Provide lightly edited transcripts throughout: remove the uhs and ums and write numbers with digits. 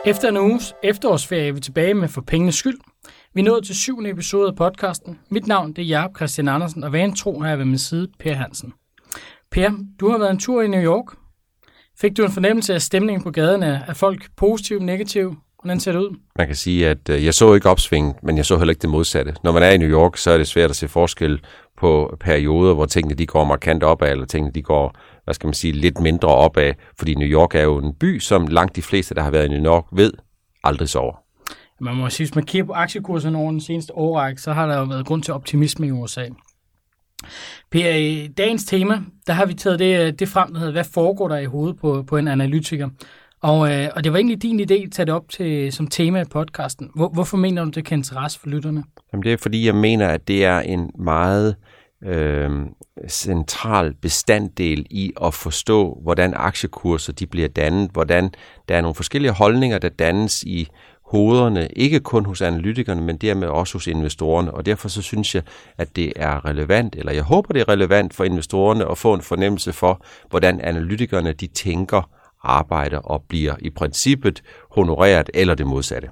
Efter en uges efterårsferie er vi tilbage med For Pengenes Skyld. Vi er nået til 7. episode af podcasten. Mit navn det er Jakob Christian Andersen, og vanen tro har jeg ved min side Per Hansen. Per, du har været en tur i New York. Fik du en fornemmelse af stemningen på gaden? Er folk positive, negative? Hvordan ser det ud? Man kan sige, at jeg så ikke opsvinget, men jeg så heller ikke det modsatte. Når man er i New York, så er det svært at se forskel på perioder, hvor tingene de går markant opad, eller tingene de går, lidt mindre opad. Fordi New York er jo en by, som langt de fleste, der har været i New York, ved aldrig sover. Man må sige, hvis man kigger på aktiekurserne over den seneste årrække, så har der jo været grund til optimisme i USA. Per, i dagens tema, der har vi taget det frem, der hedder, hvad foregår der i hovedet på en analytiker? Og det var egentlig din idé at tage det op som tema i podcasten. Hvorfor mener du, det kan interesse for lytterne? Jamen, det er fordi, jeg mener, at det er en meget central bestanddel i at forstå, hvordan aktiekurser de bliver dannet, hvordan der er nogle forskellige holdninger, der dannes i hovederne, ikke kun hos analytikerne, men dermed også hos investorerne. Og derfor så synes jeg, at det er relevant, eller jeg håber, det er relevant for investorerne at få en fornemmelse for, hvordan analytikerne de tænker, arbejder og bliver i princippet honoreret eller det modsatte.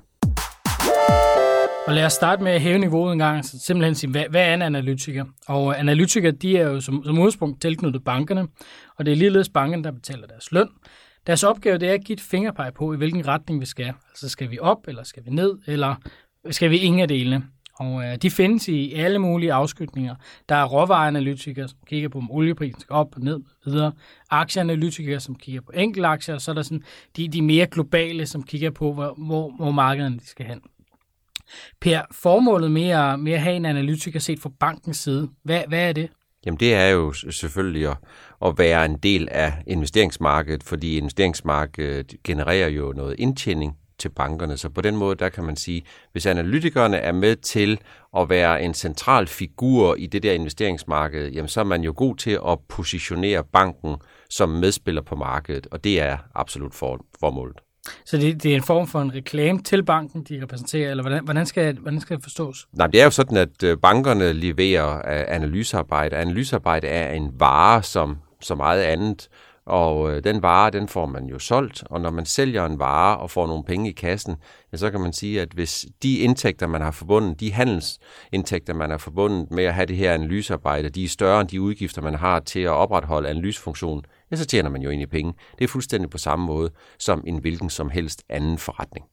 Og lad os starte med at hæve niveauet en gang, så simpelthen sige, hvad er en analytiker? Og analytikere, de er jo som udgangspunkt tilknyttet bankerne, og det er ligeledes bankerne, der betaler deres løn. Deres opgave det er at give et fingerpeg på, i hvilken retning vi skal. Altså skal vi op, eller skal vi ned, eller skal vi ingen af delene? Og de findes i alle mulige afskygninger. Der er råvareanalytikere, som kigger på, om olieprisen skal op og ned videre. Aktieanalytikere, som kigger på enkeltaktier, og så er der sådan de mere globale, som kigger på, hvor markederne de skal hen. Per, formålet med at have en analytiker set fra bankens side, hvad er det? Jamen det er jo selvfølgelig at være en del af investeringsmarkedet, fordi investeringsmarkedet genererer jo noget indtjening til bankerne. Så på den måde, der kan man sige, hvis analytikerne er med til at være en central figur i det der investeringsmarked, jamen så er man jo god til at positionere banken som medspiller på markedet, og det er absolut formålet. Så det er en form for en reklame til banken, de repræsenterer, eller hvordan skal det forstås? Nej, det er jo sådan, at bankerne leverer analysearbejde. Analysearbejde er en vare som så meget andet, og den vare, den får man jo solgt, og når man sælger en vare og får nogle penge i kassen, ja, så kan man sige, at hvis de indtægter, man har forbundet, de handelsindtægter, man har forbundet med at have det her analysearbejde, de er større end de udgifter, man har til at opretholde analysefunktionen, ja, så tjener man jo egentlig penge. Det er fuldstændig på samme måde som en hvilken som helst anden forretning.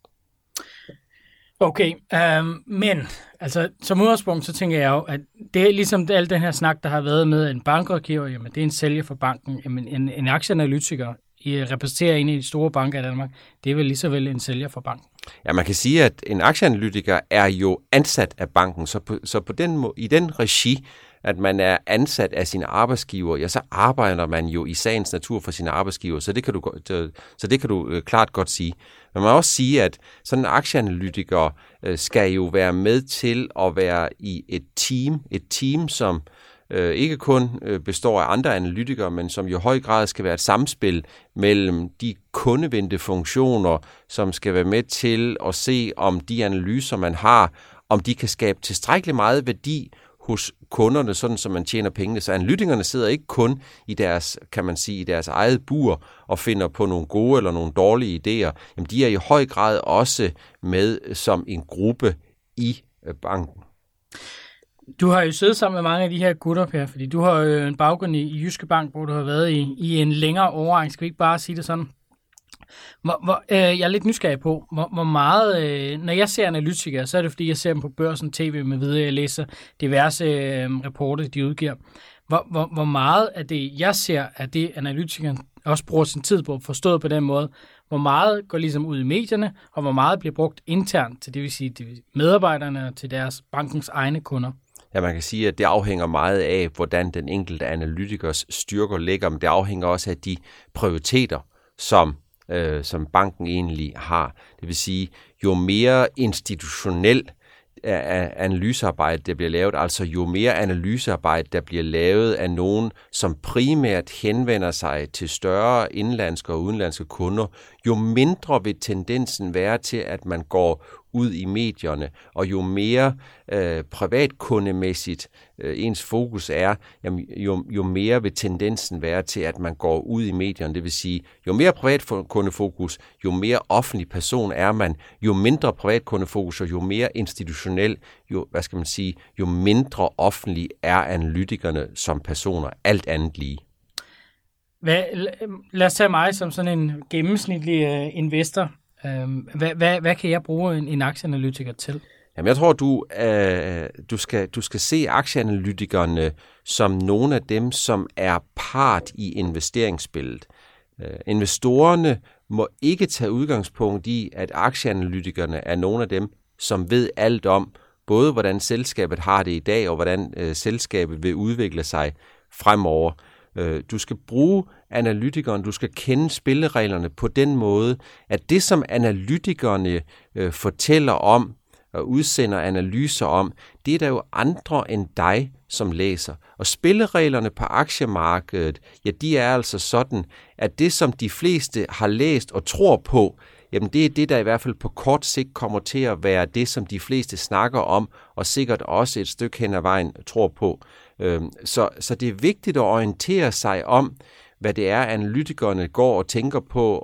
Okay, men altså som udgangspunkt, så tænker jeg jo, at det er ligesom al den her snak, der har været med en bankrådgiver, jamen det er en sælger for banken, jamen en aktieanalytiker repræsenterer en af de store banker i Danmark, det er vel lige så vel en sælger for banken. Ja, man kan sige, at en aktieanalytiker er jo ansat af banken, så på i den regi, at man er ansat af sine arbejdsgiver, ja, så arbejder man jo i sagens natur for sine arbejdsgiver, så det kan du klart godt sige. Man må også sige, at sådan en aktieanalytiker skal jo være med til at være i et team, som ikke kun består af andre analytikere, men som jo i høj grad skal være et samspil mellem de kundevendte funktioner, som skal være med til at se, om de analyser, man har, om de kan skabe tilstrækkeligt meget værdi hos kunderne, sådan som man tjener pengene. Så analytikerne sidder ikke kun i deres, kan man sige, i deres eget bur og finder på nogle gode eller nogle dårlige idéer. Jamen, de er i høj grad også med som en gruppe i banken. Du har jo siddet sammen med mange af de her gutter, Per, fordi du har jo en baggrund i Jyske Bank, hvor du har været i en længere årrække. Skal vi ikke bare sige det sådan? Jeg er lidt nysgerrig på, hvor meget, når jeg ser analytikere, så er det fordi, jeg ser dem på børsen, tv med videre, jeg læser diverse rapporter, de udgiver. Hvor meget af det, jeg ser, er det analytikeren også bruger sin tid på, forstået på den måde, hvor meget går ligesom ud i medierne, og hvor meget bliver brugt internt til, det vil sige medarbejderne til deres bankens egne kunder. Ja, man kan sige, at det afhænger meget af, hvordan den enkelte analytikers styrker ligger, men det afhænger også af de prioriteter, som banken egentlig har. Det vil sige, jo mere institutionel analysearbejde, der bliver lavet, altså jo mere analysearbejde, der bliver lavet af nogen, som primært henvender sig til større indlandske og udenlandske kunder, jo mindre vil tendensen være til, at man går ud i medierne, og jo mere privatkundemæssigt ens fokus er, jamen, jo mere vil tendensen være til, at man går ud i medierne. Det vil sige, jo mere privatkundefokus, jo mere offentlig person er man, jo mindre privatkundefokus, og jo mere institutionel, jo mindre offentlig er analytikerne som personer, alt andet lige. Lad os tage mig som sådan en gennemsnitlig investor. Hvad kan jeg bruge en aktieanalytiker til? Jamen, jeg tror, du skal se aktieanalytikerne som nogle af dem, som er part i investeringsbilledet. Investorerne må ikke tage udgangspunkt i, at aktieanalytikerne er nogle af dem, som ved alt om, både hvordan selskabet har det i dag, og hvordan selskabet vil udvikle sig fremover. Du skal bruge analytikeren, du skal kende spillereglerne på den måde, at det, som analytikerne fortæller om og udsender analyser om, det er der jo andre end dig, som læser. Og spillereglerne på aktiemarkedet, ja, de er altså sådan, at det, som de fleste har læst og tror på, jamen det er det, der i hvert fald på kort sigt kommer til at være det, som de fleste snakker om, og sikkert også et stykke hen ad vejen tror på. Så det er vigtigt at orientere sig om, hvad det er, analytikerne går og tænker på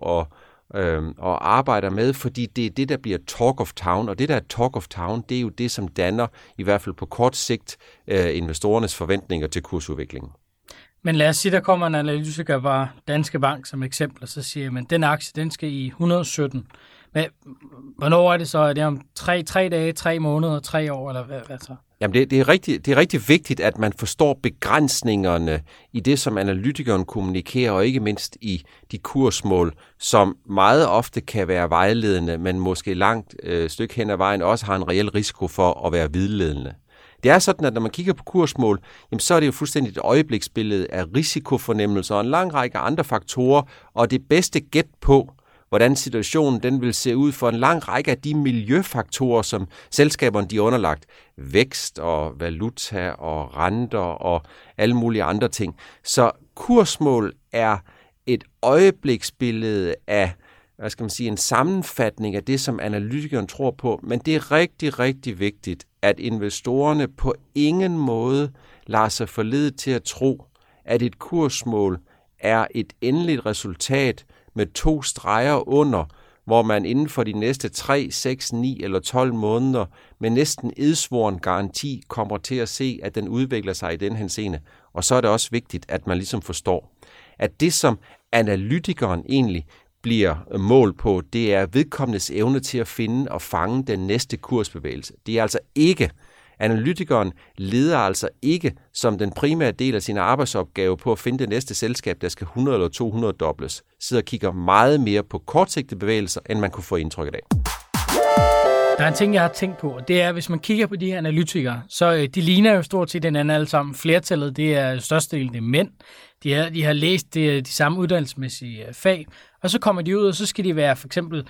og arbejder med, fordi det er det, der bliver talk of town, og det, der er talk of town, det er jo det, som danner, i hvert fald på kort sigt, investorernes forventninger til kursudviklingen. Men lad os sige, der kommer en analytiker fra Danske Bank som eksempel, og så siger man, den aktie, den skal i 117. Men hvornår er det så? Er det om 3 dage, 3 måneder, 3 år, eller hvad så? Jamen, det er rigtig vigtigt, at man forstår begrænsningerne i det, som analytikeren kommunikerer, og ikke mindst i de kursmål, som meget ofte kan være vejledende, men måske langt stykke hen ad vejen også har en reel risiko for at være vildledende. Det er sådan, at når man kigger på kursmål, jamen, så er det jo fuldstændig et øjebliksbillede af risikofornemmelser og en lang række andre faktorer, og det bedste gæt på, hvordan situationen den vil se ud for en lang række af de miljøfaktorer, som selskaberne de er underlagt. Vækst og valuta og renter og alle mulige andre ting. Så kursmål er et øjebliksbillede af, en sammenfatning af det, som analytikeren tror på. Men det er rigtig, rigtig vigtigt, at investorerne på ingen måde lader sig forlede til at tro, at et kursmål er et endeligt resultat med 2 streger under, hvor man inden for de næste 3, 6, 9 eller 12 måneder med næsten edsvoren garanti kommer til at se, at den udvikler sig i den henseende. Og så er det også vigtigt, at man ligesom forstår, at det, som analytikeren egentlig bliver mål på, det er vedkommendes evne til at finde og fange den næste kursbevægelse. Det er altså ikke, analytikeren leder altså ikke som den primære del af sin arbejdsopgave på at finde det næste selskab, der skal 100 eller 200 dobles. Sidder og kigger meget mere på kortsigtede bevægelser, end man kunne få indtryk af. Der er en ting, jeg har tænkt på, og det er, hvis man kigger på de her analytikere, så de ligner jo stort set hinanden alle sammen. Flertallet, det er størstedelen, det er mænd. De har læst de samme uddannelsesmæssige fag, og så kommer de ud, og så skal de være for eksempel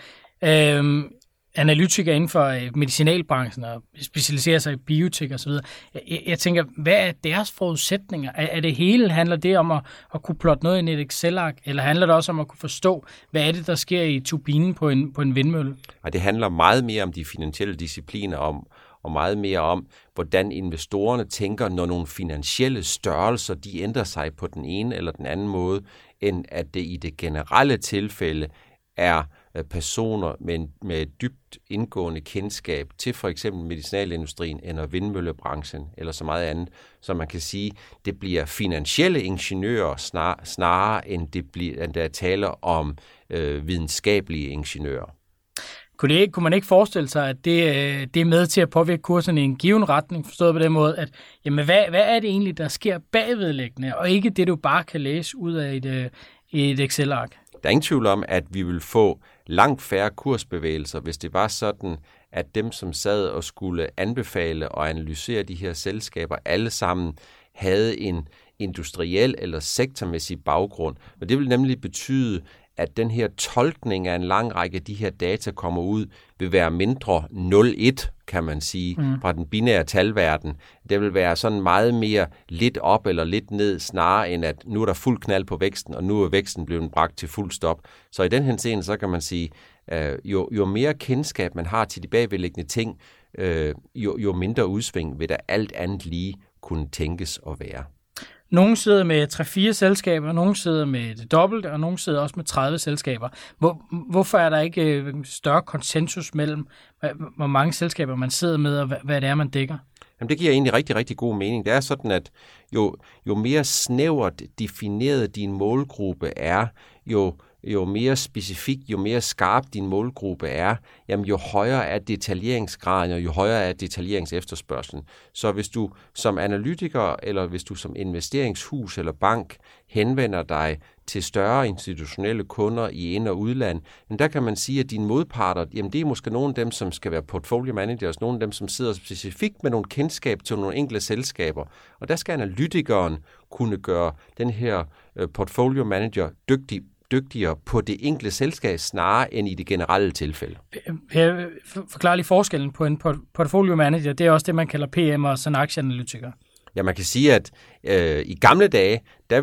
analytikere inden for medicinalbranchen og specialisere sig i biotek og så videre. Jeg tænker, hvad er deres forudsætninger? Er det hele, handler det om at kunne plotte noget ind i et Excel-ark, eller handler det også om at kunne forstå, hvad er det, der sker i turbinen på en vindmølle? Og det handler meget mere om de finansielle discipliner, og meget mere om, hvordan investorerne tænker, når nogle finansielle størrelser, de ændrer sig på den ene eller den anden måde, end at det i det generelle tilfælde er personer med dybt indgående kendskab til for eksempel medicinalindustrien eller vindmøllebranchen eller så meget andet, så man kan sige, det bliver finansielle ingeniører snarere end der taler om videnskabelige ingeniører. Kunne man ikke forestille sig, at det er med til at påvirke kurserne i en given retning, forstået på den måde, at jamen, hvad er det egentlig, der sker bagvedliggende, og ikke det, du bare kan læse ud af et Excel-ark? Der er ingen tvivl om, at vi vil få langt færre kursbevægelser, hvis det var sådan, at dem, som sad og skulle anbefale og analysere de her selskaber, alle sammen havde en industriel eller sektormæssig baggrund. Og det vil nemlig betyde, at den her tolkning af en lang række af de her data kommer ud, vil være mindre 0-1, kan man sige, fra den binære talverden. Det vil være sådan meget mere lidt op eller lidt ned, snarere end at nu er der fuld knald på væksten, og nu er væksten blevet bragt til fuld stop. Så i den henseende, så kan man sige, jo mere kendskab man har til de bagvedliggende ting, jo mindre udsving vil der alt andet lige kunne tænkes at være. Nogle sidder med 3-4 selskaber, nogle sidder med det dobbelte, og nogle sidder også med 30 selskaber. Hvorfor er der ikke større konsensus mellem, hvor mange selskaber man sidder med, og hvad det er, man dækker? Jamen, det giver egentlig rigtig, rigtig god mening. Det er sådan, at jo mere snævert defineret din målgruppe er, jo mere specifik, jo mere skarp din målgruppe er, jamen jo højere er detaljeringsgraden, og jo højere er detaljeringsefterspørgslen. Så hvis du som analytiker, eller hvis du som investeringshus eller bank henvender dig til større institutionelle kunder i ind- og udland, men der kan man sige, at dine modparter, jamen det er måske nogle af dem, som skal være portfolio managers, nogle af dem, som sidder specifikt med nogle kendskab til nogle enkelte selskaber. Og der skal analytikeren kunne gøre den her portfolio manager dygtigere på det enkelte selskab, snarere end i det generelle tilfælde. Jeg forklarer lige forskellen på en portfolio manager. Det er også det, man kalder PM og sådan aktieanalytiker. Ja, man kan sige, at i gamle dage,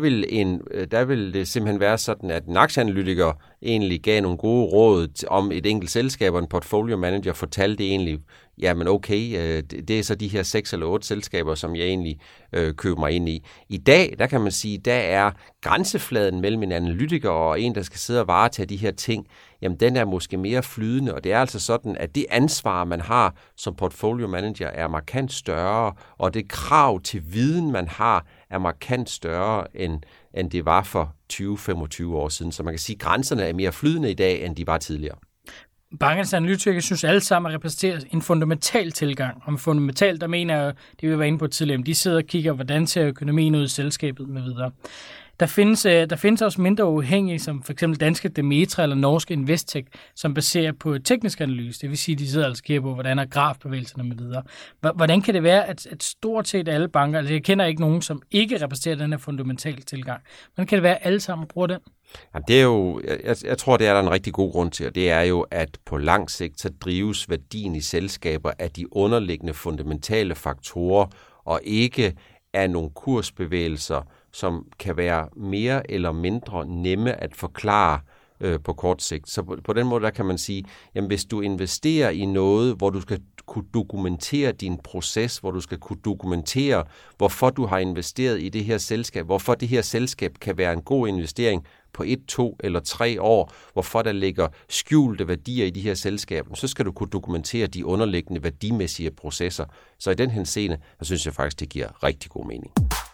der vil det simpelthen være sådan, at en aktieanalytiker egentlig gav nogle gode råd om et enkelt selskab, og en portfolio manager fortalte egentlig, jamen okay, det er så de her 6 eller 8 selskaber, som jeg egentlig køber mig ind i. I dag, der kan man sige, der er grænsefladen mellem en analytiker og en, der skal sidde og varetage de her ting, jamen den er måske mere flydende, og det er altså sådan, at det ansvar, man har som portfolio manager, er markant større, og det krav til viden, man har, er markant større, end det var for 20-25 år siden. Så man kan sige, at grænserne er mere flydende i dag, end de var tidligere. Bankernes analytikere synes alle sammen repræsenterer en fundamental tilgang. Og med fundamental, der mener jeg, det vi var inde på tidligere, de sidder og kigger, hvordan ser økonomien ud i selskabet med videre. Der findes også mindre uafhængige, som f.eks. danske Demetra eller norske Investec, som baserer på teknisk analyse. Det vil sige, at de sidder og kigger på, hvordan er grafbevægelserne med videre. Hvordan kan det være, at stort set alle banker, altså jeg kender ikke nogen, som ikke repræsenterer den her fundamentale tilgang. Hvordan kan det være, at alle sammen bruger den? Jamen, det er jo, jeg tror, det er der en rigtig god grund til, og det er jo, at på lang sigt, så drives værdien i selskaber af de underliggende fundamentale faktorer, og ikke af nogle kursbevægelser, som kan være mere eller mindre nemme at forklare på kort sigt. Så på den måde, der kan man sige, jamen hvis du investerer i noget, hvor du skal kunne dokumentere din proces, hvor du skal kunne dokumentere, hvorfor du har investeret i det her selskab, hvorfor det her selskab kan være en god investering på 1, 2 eller 3 år, hvorfor der ligger skjulte værdier i de her selskaber, så skal du kunne dokumentere de underliggende værdimæssige processer. Så i den henseende, så synes jeg faktisk, det giver rigtig god mening.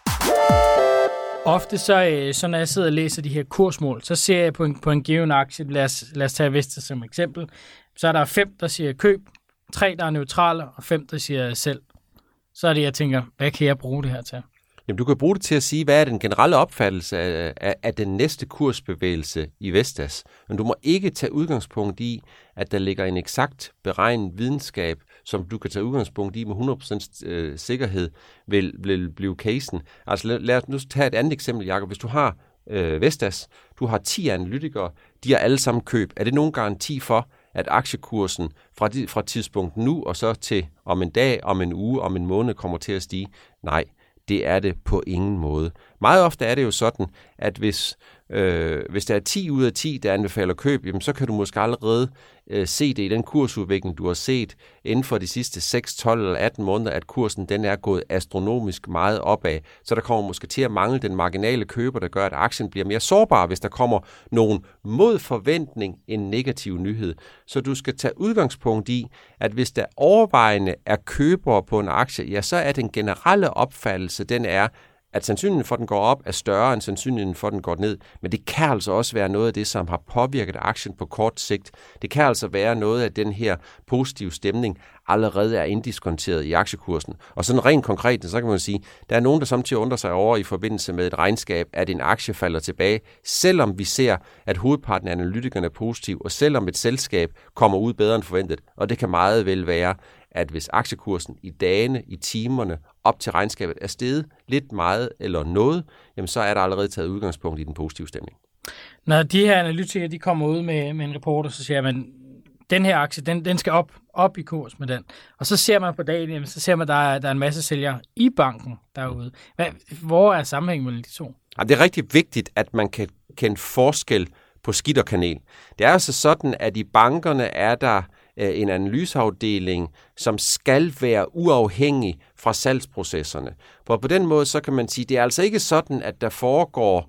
Ofte så når jeg sidder og læser de her kursmål, så ser jeg på en given aktie, lad os tage Vestas som eksempel, så er der 5, der siger køb, 3, der er neutrale, og 5, der siger selv. Så er det, jeg tænker, hvad kan jeg bruge det her til? Jamen, du kan bruge det til at sige, hvad er den generelle opfattelse af den næste kursbevægelse i Vestas. Men du må ikke tage udgangspunkt i, at der ligger en eksakt beregnet videnskab, som du kan tage udgangspunkt i med 100% sikkerhed, vil blive casen. Altså lad os nu tage et andet eksempel, Jacob. Hvis du har Vestas, du har 10 analytikere, de har alle sammen køb. Er det nogen garanti for, at aktiekursen fra tidspunkt nu og så til om en dag, om en uge, om en måned kommer til at stige? Nej. Det er det på ingen måde. Meget ofte er det jo sådan, at hvis der er 10 ud af 10, der anbefaler køb, jamen, så kan du måske allerede se det i den kursudvikling, du har set inden for de sidste 6, 12 eller 18 måneder, at kursen den er gået astronomisk meget opad. Så der kommer måske til at mangle den marginale køber, der gør, at aktien bliver mere sårbar, hvis der kommer nogen mod forventning en negativ nyhed. Så du skal tage udgangspunkt i, at hvis der overvejende er købere på en aktie, ja, så er den generelle opfattelse, den er, at sandsynligheden for, at den går op, er større end sandsynligheden for, at den går ned. Men det kan altså også være noget af det, som har påvirket aktien på kort sigt. Det kan altså være noget af den her positive stemning allerede er inddiskonteret i aktiekursen. Og sådan rent konkret, så kan man sige, der er nogen, der samtidig undrer sig over i forbindelse med et regnskab, at en aktie falder tilbage, selvom vi ser, at hovedparten af analytikerne er positiv, og selvom et selskab kommer ud bedre end forventet. Og det kan meget vel være, at hvis aktiekursen i dagene, i timerne, op til regnskabet er steget lidt meget eller noget, jamen så er der allerede taget udgangspunkt i den positive stemning. Når de her analytikere, de kommer ud med en rapport, så siger man, den her aktie, den skal op i kurs med den. Og så ser man på dagen, jamen, så ser man, der er en masse sælgere i banken derude. Hvor er sammenhængen mellem de to? Jamen, det er rigtig vigtigt, at man kan kende forskel på skidt og kanel. Det er altså sådan, at i bankerne er der en analyseafdeling, som skal være uafhængig fra salgsprocesserne. For på den måde, så kan man sige, det er altså ikke sådan, at der foregår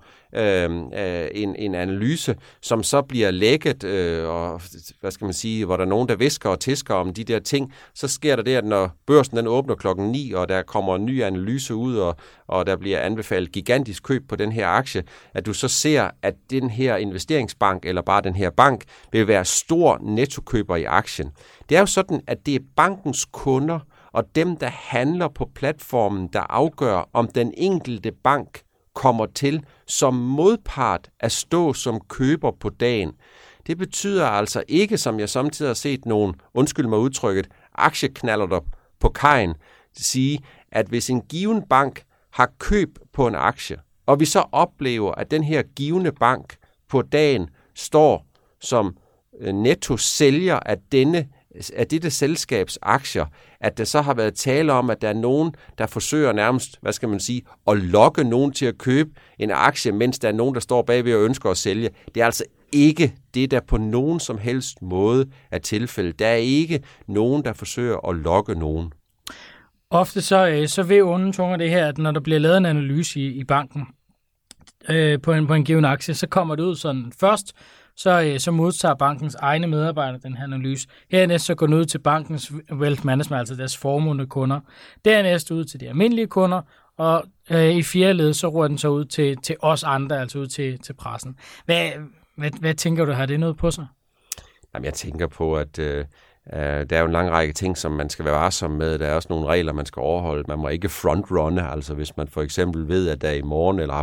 en analyse, som så bliver lækket, og hvad skal man sige, hvor der er nogen, der visker og tisker om de der ting. Så sker der det, at når børsen den åbner 9:00, og der kommer en ny analyse ud, og der bliver anbefalet gigantisk køb på den her aktie, at du så ser, at den her investeringsbank, eller bare den her bank, vil være stor nettokøber i aktien. Det er jo sådan, at det er bankens kunder, og dem, der handler på platformen, der afgør, om den enkelte bank kommer til som modpart at stå som køber på dagen. Det betyder altså ikke, som jeg samtidig har set nogen, undskyld mig udtrykket, aktieknaller der på kajen, sige, at hvis en given bank har køb på en aktie, og vi så oplever, at den her givende bank på dagen står som netto sælger af dette selskabs aktier, at der så har været tale om, at der er nogen, der forsøger nærmest, hvad skal man sige, at lokke nogen til at købe en aktie, mens der er nogen, der står bagved og ønsker at sælge. Det er altså ikke det, der på nogen som helst måde er tilfældet. Der er ikke nogen, der forsøger at lokke nogen. Ofte så vil onde tunger det her, at når der bliver lavet en analyse i banken på en given aktie, så kommer det ud sådan først, så modtager bankens egne medarbejdere den her analyse. Hernæst så går den ud til bankens wealth management, altså deres formuende kunder. Dernæst ud til de almindelige kunder, og i fjerde led så ruller den så ud til os andre, altså ud til pressen. Hvad tænker du, har det noget på sig? Jamen, jeg tænker på, at der er jo en lang række ting, som man skal være varsom med. Der er også nogle regler, man skal overholde. Man må ikke frontrunne, altså hvis man for eksempel ved, at der i morgen eller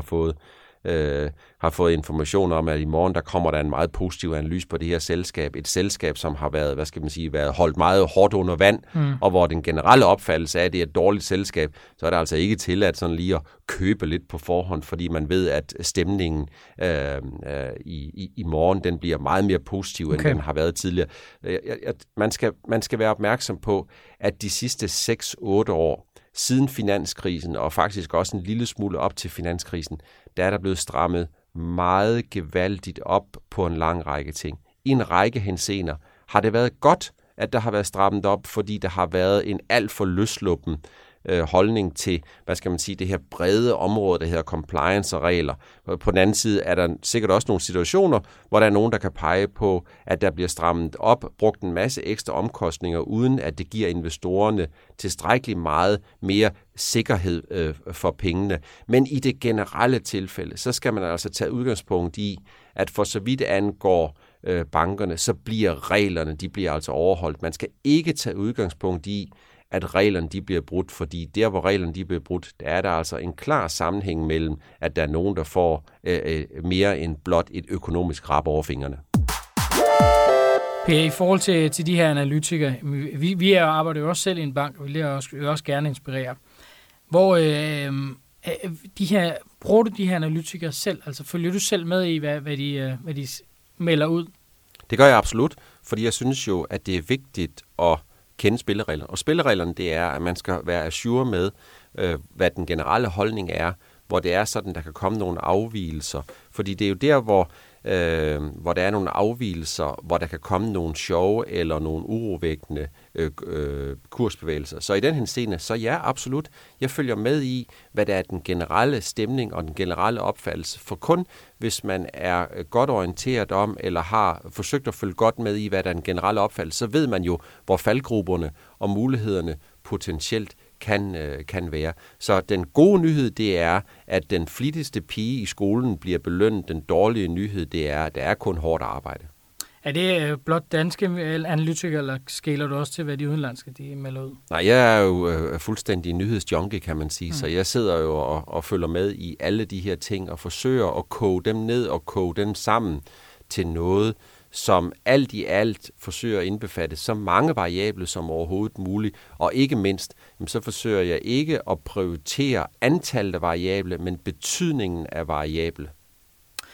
har fået information om, at i morgen der kommer der en meget positiv analyse på det her selskab. Et selskab, som har været, været holdt meget hårdt under vand, og hvor den generelle opfattelse af, at det er et dårligt selskab, så er det altså ikke tilladt sådan lige at købe lidt på forhånd, fordi man ved, at stemningen i morgen, den bliver meget mere positiv, end den har været tidligere. Man skal være opmærksom på, at de sidste 6-8 år, siden finanskrisen, og faktisk også en lille smule op til finanskrisen, der er der blevet strammet meget gevaldigt op på en lang række ting. I en række henseender har det været godt, at der har været strammet op, fordi der har været en alt for løsluppen holdning til, det her brede område, der hedder compliance og regler. På den anden side er der sikkert også nogle situationer, hvor der er nogen, der kan pege på, at der bliver strammet op, brugt en masse ekstra omkostninger, uden at det giver investorerne tilstrækkeligt meget mere sikkerhed for pengene. Men i det generelle tilfælde, så skal man altså tage udgangspunkt i, at for så vidt angår bankerne, så bliver reglerne, de bliver altså overholdt. Man skal ikke tage udgangspunkt i, at reglerne de bliver brudt, fordi der, hvor reglerne de bliver brudt, der er der altså en klar sammenhæng mellem, at der er nogen, der får mere end blot et økonomisk rap over fingrene. Per, i forhold til de her analytikere, vi arbejder jo også selv i en bank, og vi vil også gerne inspirere. Hvor bruger du de her analytikere selv? Altså følger du selv med i, hvad de melder ud? Det gør jeg absolut, fordi jeg synes jo, at det er vigtigt at kende spillereglerne. Og spillereglerne, det er, at man skal være ajour med, hvad den generelle holdning er, hvor det er sådan, der kan komme nogle afvigelser. Fordi det er jo der, hvor der er nogle afvigelser, hvor der kan komme nogle sjove eller nogle urovækkende kursbevægelser. Så i den henseende, så ja, absolut. Jeg følger med i, hvad der er den generelle stemning og den generelle opfattelse. For kun hvis man er godt orienteret om, eller har forsøgt at følge godt med i, hvad der er den generelle opfattelse, så ved man jo, hvor faldgrupperne og mulighederne potentielt kan være. Så den gode nyhed, det er, at den flittigste pige i skolen bliver belønnet. Den dårlige nyhed, det er, at der er kun hårdt arbejde. Er det blot danske analytikere, eller skæler du også til, hvad de udenlandske de melder ud? Nej, jeg er jo fuldstændig nyhedsjunkie, kan man sige. Så jeg sidder jo og følger med i alle de her ting, og forsøger at koge dem ned og koge dem sammen til noget, som alt i alt forsøger at indbefatte så mange variable som overhovedet muligt, og ikke mindst, så forsøger jeg ikke at prioritere antallet af variable, men betydningen af variable.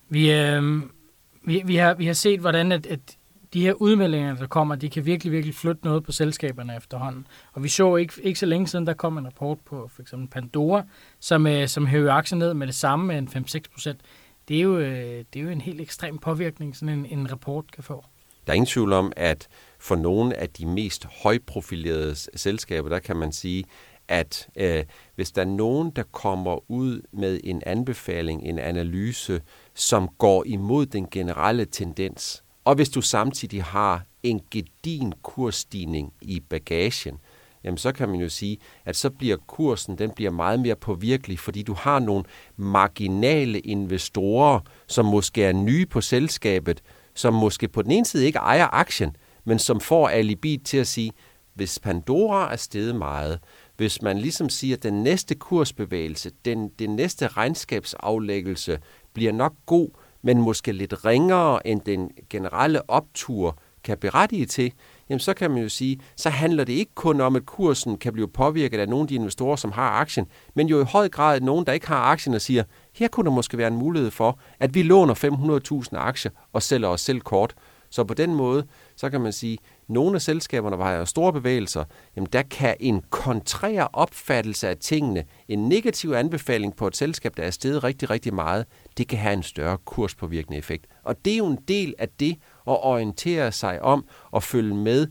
Vi har set, hvordan at de her udmeldinger, der kommer, de kan virkelig, virkelig flytte noget på selskaberne efterhånden. Og vi så ikke så længe siden, der kom en rapport på for eksempel Pandora, som hæver aktien ned med det samme med en 5-6%. Det er jo en helt ekstrem påvirkning, sådan en rapport kan få. Der er ingen tvivl om, at for nogle af de mest højprofilerede selskaber, der kan man sige, at hvis der er nogen, der kommer ud med en anbefaling, en analyse, som går imod den generelle tendens, og hvis du samtidig har en gedigen kursstigning i bagagen, jamen så kan man jo sige, at så bliver kursen, den bliver meget mere påvirkelig, fordi du har nogle marginale investorer, som måske er nye på selskabet, som måske på den ene side ikke ejer aktien, men som får alibi til at sige, hvis Pandora er steget meget, hvis man ligesom siger, at den næste kursbevægelse, den næste regnskabsaflæggelse bliver nok god, men måske lidt ringere end den generelle optur kan berettige til, jamen så kan man jo sige, så handler det ikke kun om, at kursen kan blive påvirket af nogle af de investorer, som har aktien, men jo i høj grad nogen, der ikke har aktien og siger, her kunne der måske være en mulighed for, at vi låner 500.000 aktier og sælger os selv kort. Så på den måde, så kan man sige, at nogle af selskaberne, hvor der er store bevægelser, jamen der kan en kontrær opfattelse af tingene, en negativ anbefaling på et selskab, der er steget rigtig, rigtig meget, det kan have en større kurspåvirkende effekt. Og det er jo en del af det at orientere sig om og følge med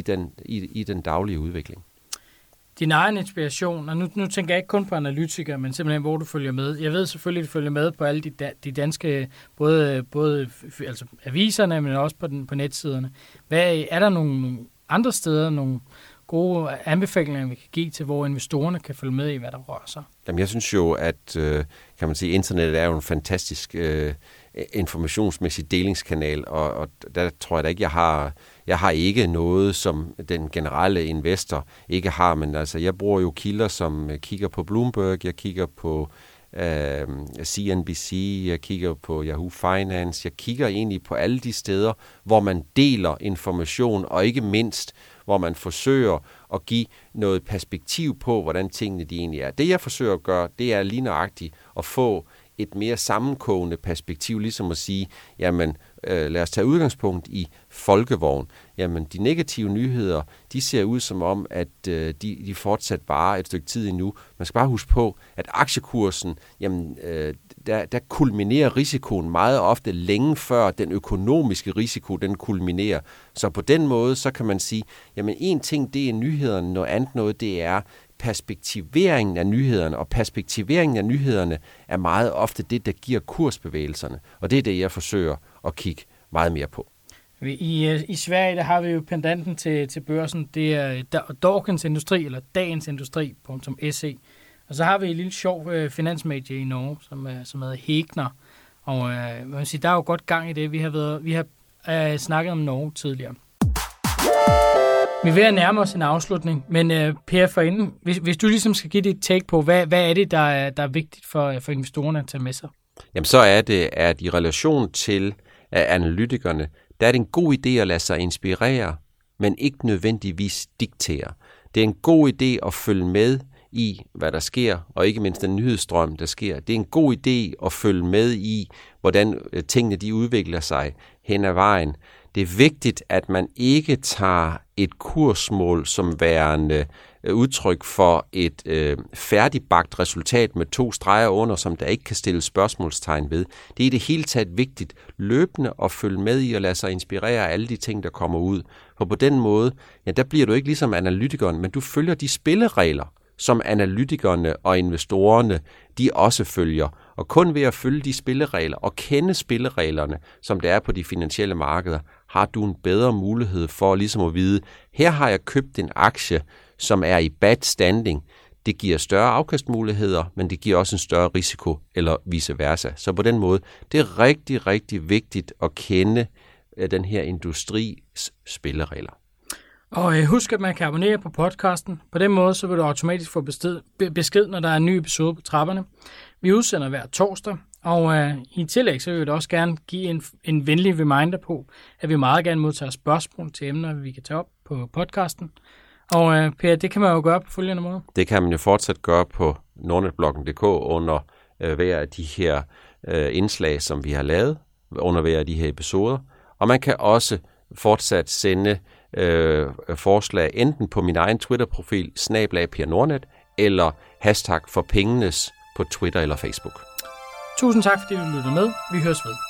i den daglige udvikling. Din egen inspiration, og nu tænker jeg ikke kun på analytikere, men simpelthen, hvor du følger med. Jeg ved selvfølgelig, at du følger med på alle de danske, både altså aviserne, men også på netsiderne. Er der nogle andre steder, nogle gode anbefalinger, vi kan give til, hvor investorerne kan følge med i, hvad der rører sig? Jamen, jeg synes jo, at kan man sige, internettet er jo en fantastisk informationsmæssig delingskanal, og der tror jeg da ikke, jeg har ikke noget, som den generelle investor ikke har, men altså, jeg bruger jo kilder, som kigger på Bloomberg, jeg kigger på CNBC, jeg kigger på Yahoo Finance, jeg kigger egentlig på alle de steder, hvor man deler information, og ikke mindst, hvor man forsøger at give noget perspektiv på, hvordan tingene de egentlig er. Det jeg forsøger at gøre, det er lige nøjagtigt at få et mere sammenkogende perspektiv, ligesom at sige, jamen lad os tage udgangspunkt i folkevogn. Jamen de negative nyheder, de ser ud som om, at de fortsat varer et stykke tid endnu. Man skal bare huske på, at aktiekursen, jamen der kulminerer risikoen meget ofte længe før den økonomiske risiko, den kulminerer. Så på den måde, så kan man sige, jamen en ting, det er nyhederne, noget andet noget, det er perspektiveringen af nyhederne, og perspektiveringen af nyhederne er meget ofte det, der giver kursbevægelserne. Og det er det, jeg forsøger at kigge meget mere på. I Sverige, der har vi jo pendanten til børsen, det er Dagens Industri, eller Dagens Industri.se. Og så har vi et lille sjov finansmedie i Norge, som hedder Hegnar. Og man vil sige, der er jo godt gang i det. Vi har snakket om Norge tidligere. Vi er ved at nærme os en afslutning, men Per, forinden, hvis du ligesom skal give dit take på, hvad er det, der er vigtigt for investorerne at tage med sig? Jamen så er det, at i relation til analytikerne, der er det en god idé at lade sig inspirere, men ikke nødvendigvis diktere. Det er en god idé at følge med i, hvad der sker, og ikke mindst den nyhedsstrøm, der sker. Det er en god idé at følge med i, hvordan tingene de udvikler sig hen ad vejen. Det er vigtigt, at man ikke tager et kursmål som værende udtryk for et færdigbagt resultat med 2 streger under, som der ikke kan stilles spørgsmålstegn ved. Det er i det hele taget vigtigt løbende at følge med i og lade sig inspirere af alle de ting, der kommer ud. For på den måde, ja, der bliver du ikke ligesom analytikeren, men du følger de spilleregler, som analytikerne og investorerne, de også følger. Og kun ved at følge de spilleregler og kende spillereglerne, som der er på de finansielle markeder, har du en bedre mulighed for ligesom at vide, her har jeg købt en aktie, som er i bad standing. Det giver større afkastmuligheder, men det giver også en større risiko, eller vice versa. Så på den måde, det er rigtig, rigtig vigtigt at kende den her industris spilleregler. Og husk, at man kan abonnere på podcasten. På den måde, så vil du automatisk få besked, når der er en ny episode på trapperne. Vi udsender hver torsdag, og i tillæg, så vil vi også gerne give en venlig reminder på, at vi meget gerne modtager spørgsmål til emner, vi kan tage op på podcasten. Og Per, det kan man jo gøre på følgende måde. Det kan man jo fortsat gøre på nordnetbloggen.dk under hver af de her indslag, som vi har lavet under hver af de her episoder. Og man kan også fortsat sende forslag enten på min egen Twitter-profil, @PerNordnet, eller #forpengenes på Twitter eller Facebook. Tusind tak, fordi du lyttede med. Vi høres ved.